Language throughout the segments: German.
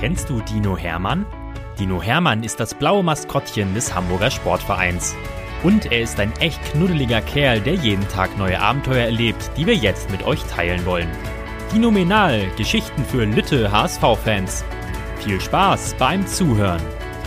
Kennst du Dino Hermann? Dino Hermann ist das blaue Maskottchen des Hamburger Sportvereins. Und er ist ein echt knuddeliger Kerl, der jeden Tag neue Abenteuer erlebt, die wir jetzt mit euch teilen wollen. Dinomenal, Geschichten für Lütte HSV-Fans. Viel Spaß beim Zuhören.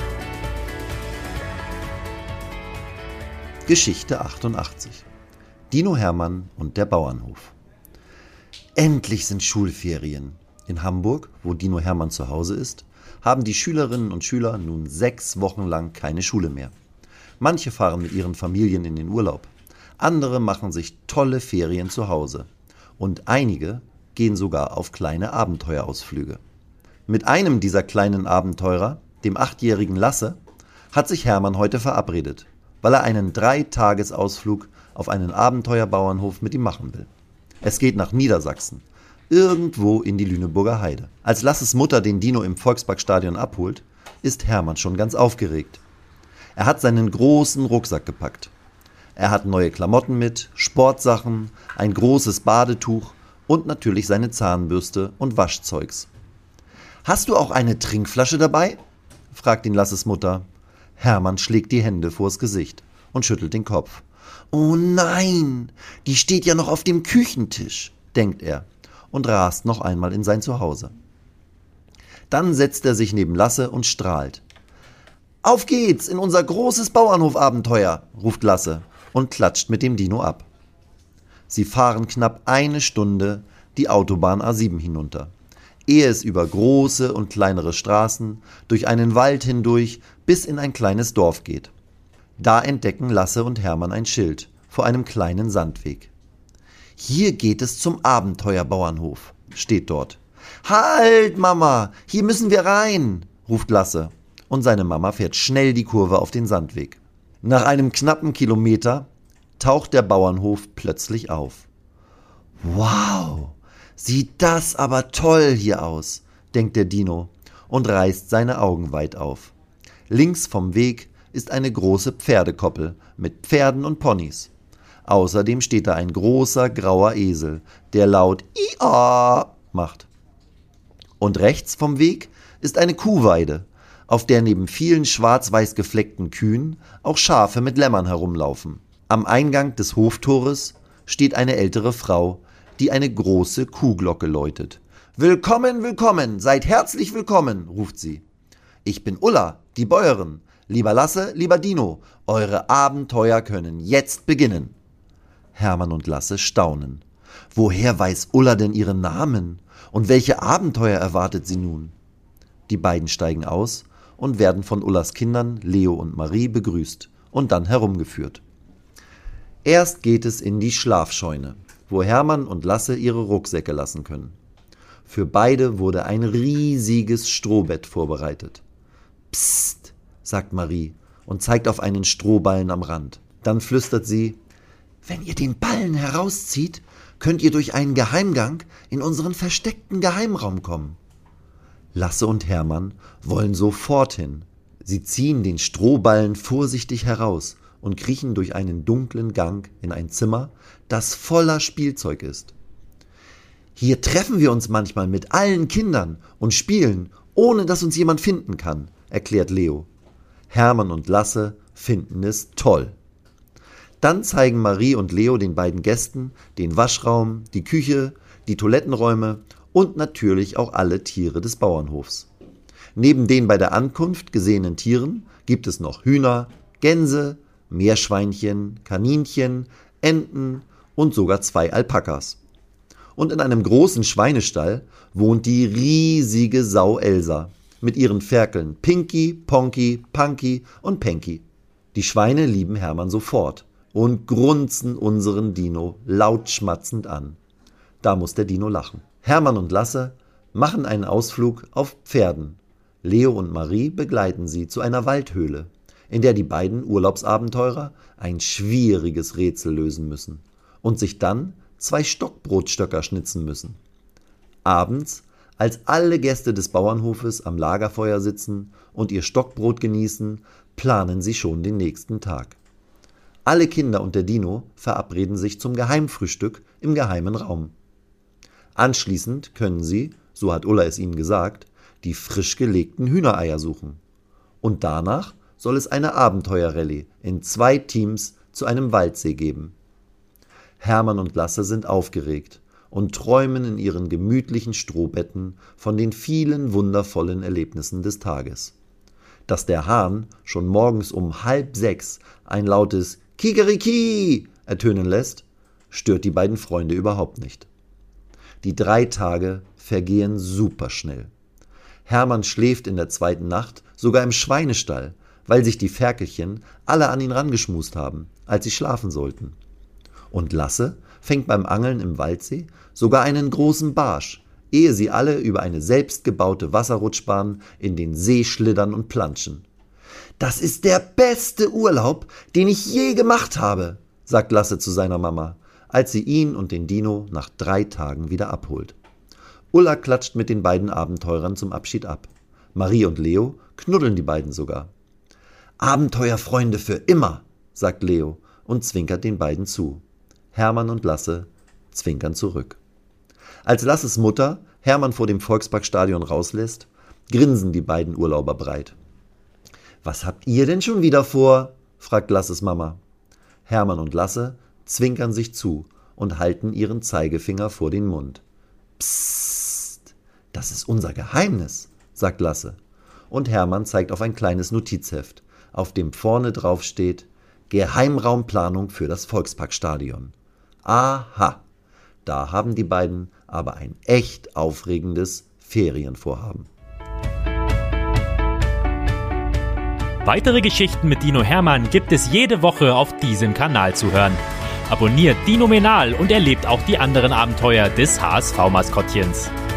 Geschichte 88. Dino Hermann und der Bauernhof. Endlich sind Schulferien. In Hamburg, wo Dino Hermann zu Hause ist, haben die Schülerinnen und Schüler nun 6 Wochen lang keine Schule mehr. Manche fahren mit ihren Familien in den Urlaub, andere machen sich tolle Ferien zu Hause und einige gehen sogar auf kleine Abenteuerausflüge. Mit einem dieser kleinen Abenteurer, dem 8-jährigen Lasse, hat sich Hermann heute verabredet, weil er einen 3-Tages-Ausflug auf einen Abenteuerbauernhof mit ihm machen will. Es geht nach Niedersachsen, irgendwo in die Lüneburger Heide. Als Lasses Mutter den Dino im Volksparkstadion abholt, ist Hermann schon ganz aufgeregt. Er hat seinen großen Rucksack gepackt. Er hat neue Klamotten mit, Sportsachen, ein großes Badetuch und natürlich seine Zahnbürste und Waschzeugs. »Hast du auch eine Trinkflasche dabei?« fragt ihn Lasses Mutter. Hermann schlägt die Hände vors Gesicht und schüttelt den Kopf. »Oh nein, die steht ja noch auf dem Küchentisch«, denkt er und rast noch einmal in sein Zuhause. Dann setzt er sich neben Lasse und strahlt. »Auf geht's in unser großes Bauernhofabenteuer«, ruft Lasse und klatscht mit dem Dino ab. Sie fahren knapp 1 Stunde die Autobahn A7 hinunter, ehe es über große und kleinere Straßen, durch einen Wald hindurch bis in ein kleines Dorf geht. Da entdecken Lasse und Hermann ein Schild vor einem kleinen Sandweg. »Hier geht es zum Abenteuerbauernhof«, steht dort. »Halt, Mama, hier müssen wir rein«, ruft Lasse. Und seine Mama fährt schnell die Kurve auf den Sandweg. Nach einem knappen Kilometer taucht der Bauernhof plötzlich auf. »Wow, sieht das aber toll hier aus«, denkt der Dino und reißt seine Augen weit auf. Links vom Weg ist eine große Pferdekoppel mit Pferden und Ponys. Außerdem steht da ein großer grauer Esel, der laut Ia macht. Und rechts vom Weg ist eine Kuhweide, auf der neben vielen schwarz-weiß gefleckten Kühen auch Schafe mit Lämmern herumlaufen. Am Eingang des Hoftores steht eine ältere Frau, die eine große Kuhglocke läutet. »Willkommen, willkommen, seid herzlich willkommen«, ruft sie. »Ich bin Ulla, die Bäuerin. Lieber Lasse, lieber Dino, eure Abenteuer können jetzt beginnen.« Hermann und Lasse staunen. Woher weiß Ulla denn ihren Namen? Und welche Abenteuer erwartet sie nun? Die beiden steigen aus und werden von Ullas Kindern, Leo und Marie, begrüßt und dann herumgeführt. Erst geht es in die Schlafscheune, wo Hermann und Lasse ihre Rucksäcke lassen können. Für beide wurde ein riesiges Strohbett vorbereitet. »Psst«, sagt Marie und zeigt auf einen Strohballen am Rand. Dann flüstert sie, »Wenn ihr den Ballen herauszieht, könnt ihr durch einen Geheimgang in unseren versteckten Geheimraum kommen.« Lasse und Hermann wollen sofort hin. Sie ziehen den Strohballen vorsichtig heraus und kriechen durch einen dunklen Gang in ein Zimmer, das voller Spielzeug ist. »Hier treffen wir uns manchmal mit allen Kindern und spielen, ohne dass uns jemand finden kann«, erklärt Leo. Hermann und Lasse finden es toll. Dann zeigen Marie und Leo den beiden Gästen den Waschraum, die Küche, die Toilettenräume und natürlich auch alle Tiere des Bauernhofs. Neben den bei der Ankunft gesehenen Tieren gibt es noch Hühner, Gänse, Meerschweinchen, Kaninchen, Enten und sogar 2 Alpakas. Und in einem großen Schweinestall wohnt die riesige Sau Elsa mit ihren Ferkeln Pinky, Ponky, Punky und Penky. Die Schweine lieben Hermann sofort und grunzen unseren Dino laut schmatzend an. Da muss der Dino lachen. Hermann und Lasse machen einen Ausflug auf Pferden. Leo und Marie begleiten sie zu einer Waldhöhle, in der die beiden Urlaubsabenteurer ein schwieriges Rätsel lösen müssen und sich dann 2 Stockbrotstöcker schnitzen müssen. Abends, als alle Gäste des Bauernhofes am Lagerfeuer sitzen und ihr Stockbrot genießen, planen sie schon den nächsten Tag. Alle Kinder und der Dino verabreden sich zum Geheimfrühstück im geheimen Raum. Anschließend können sie, so hat Ulla es ihnen gesagt, die frisch gelegten Hühnereier suchen. Und danach soll es eine Abenteuerrallye in 2 Teams zu einem Waldsee geben. Hermann und Lasse sind aufgeregt und träumen in ihren gemütlichen Strohbetten von den vielen wundervollen Erlebnissen des Tages. Dass der Hahn schon morgens um 5:30 ein lautes Kikeriki ertönen lässt, stört die beiden Freunde überhaupt nicht. Die 3 Tage vergehen superschnell. Hermann schläft in der 2. Nacht sogar im Schweinestall, weil sich die Ferkelchen alle an ihn rangeschmust haben, als sie schlafen sollten. Und Lasse fängt beim Angeln im Waldsee sogar einen großen Barsch, ehe sie alle über eine selbstgebaute Wasserrutschbahn in den See schlittern und planschen. »Das ist der beste Urlaub, den ich je gemacht habe«, sagt Lasse zu seiner Mama, als sie ihn und den Dino nach 3 Tagen wieder abholt. Ulla klatscht mit den beiden Abenteurern zum Abschied ab. Marie und Leo knuddeln die beiden sogar. »Abenteuerfreunde für immer«, sagt Leo und zwinkert den beiden zu. Hermann und Lasse zwinkern zurück. Als Lasses Mutter Hermann vor dem Volksparkstadion rauslässt, grinsen die beiden Urlauber breit. »Was habt ihr denn schon wieder vor?«, fragt Lasses Mama. Hermann und Lasse zwinkern sich zu und halten ihren Zeigefinger vor den Mund. »Psst, das ist unser Geheimnis«, sagt Lasse. Und Hermann zeigt auf ein kleines Notizheft, auf dem vorne drauf steht »Geheimraumplanung für das Volksparkstadion«. Aha, da haben die beiden aber ein echt aufregendes Ferienvorhaben. Weitere Geschichten mit Dino Hermann gibt es jede Woche auf diesem Kanal zu hören. Abonniert Dinomenal und erlebt auch die anderen Abenteuer des HSV-Maskottchens.